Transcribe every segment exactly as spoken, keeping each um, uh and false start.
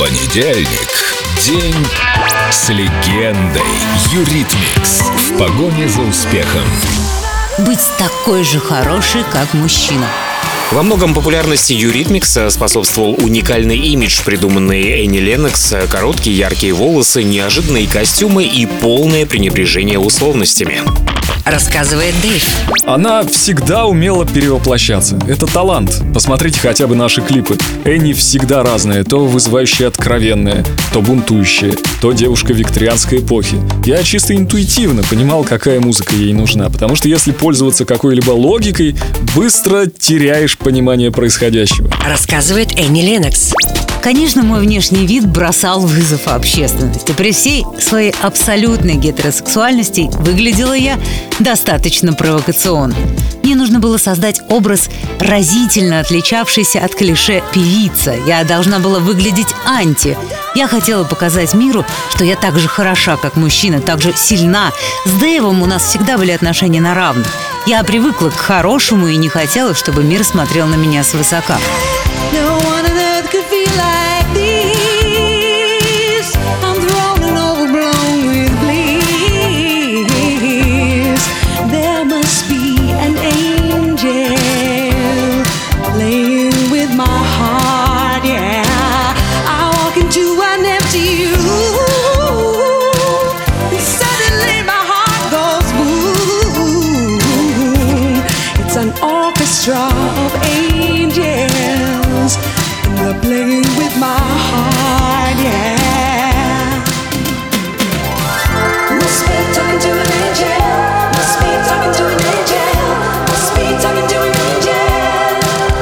Понедельник. День с легендой. Юритмикс. В погоне за успехом. Быть такой же хорошей, как мужчина. Во многом популярности Юритмикса способствовал уникальный имидж, придуманный Энни Леннокс: короткие яркие волосы, неожиданные костюмы и полное пренебрежение условностями. Рассказывает Дэйв. Она всегда умела перевоплощаться. Это талант. Посмотрите хотя бы наши клипы. Энни всегда разная. То вызывающая откровенная, то бунтующая, то девушка викторианской эпохи. Я чисто интуитивно понимал, какая музыка ей нужна. Потому что если пользоваться какой-либо логикой, быстро теряешь понимание происходящего. Рассказывает Энни Леннокс. Конечно, мой внешний вид бросал вызов общественности. При всей своей абсолютной гетеросексуальности выглядела я достаточно провокационно. Мне нужно было создать образ, разительно отличавшийся от клише «певица». Я должна была выглядеть анти. Я хотела показать миру, что я так же хороша, как мужчина, так же сильна. С Дэйвом у нас всегда были отношения на равных. Я привыкла к хорошему и не хотела, чтобы мир смотрел на меня свысока. An orchestra of angels, and they're playing with my heart, yeah. Must be talking to an angel, must be talking to an angel, must be talking to an angel,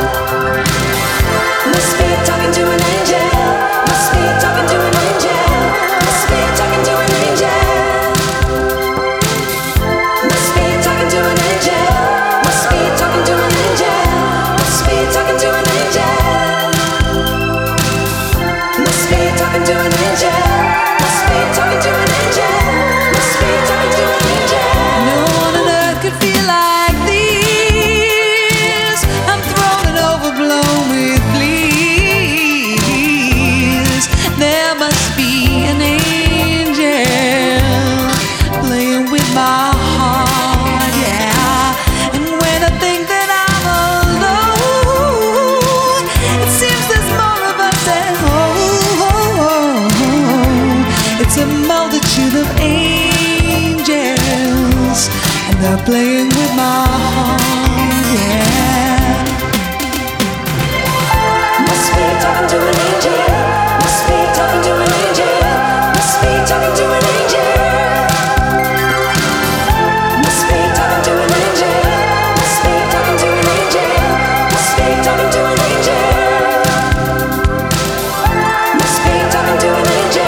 must be talking to an angel, must be talking to an angel, must be talking to an angel, must be talking to an angel. It's a multitude of angels, and they're playing with my heart, yeah. Must be talking to an angel, must be talking to an angel, must be talking to an angel, must be talking to an angel, must be talking to an angel, must be talking to an angel, must be talking to an angel.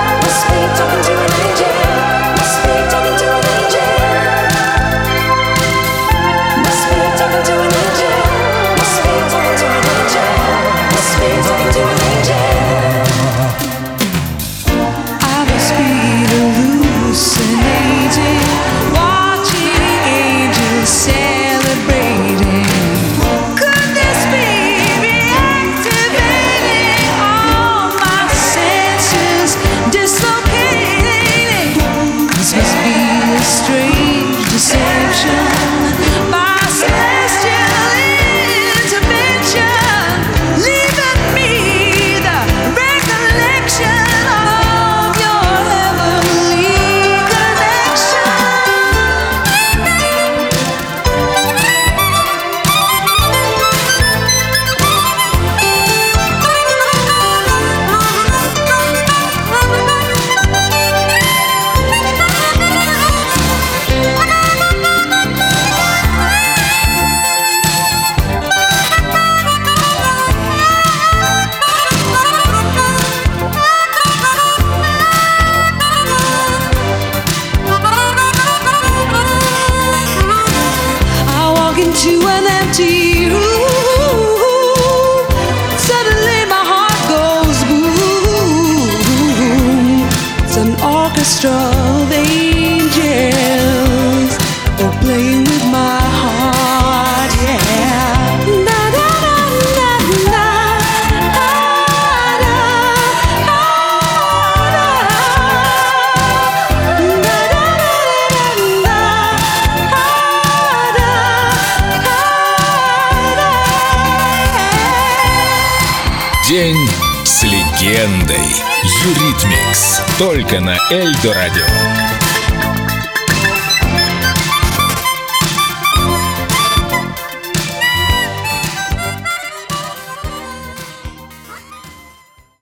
Orchestra of angels, they're playing with my heart, yeah. Na, na, na, na, na, na, na, День с легендой. Юритмикс. Только на Эльдо Радио.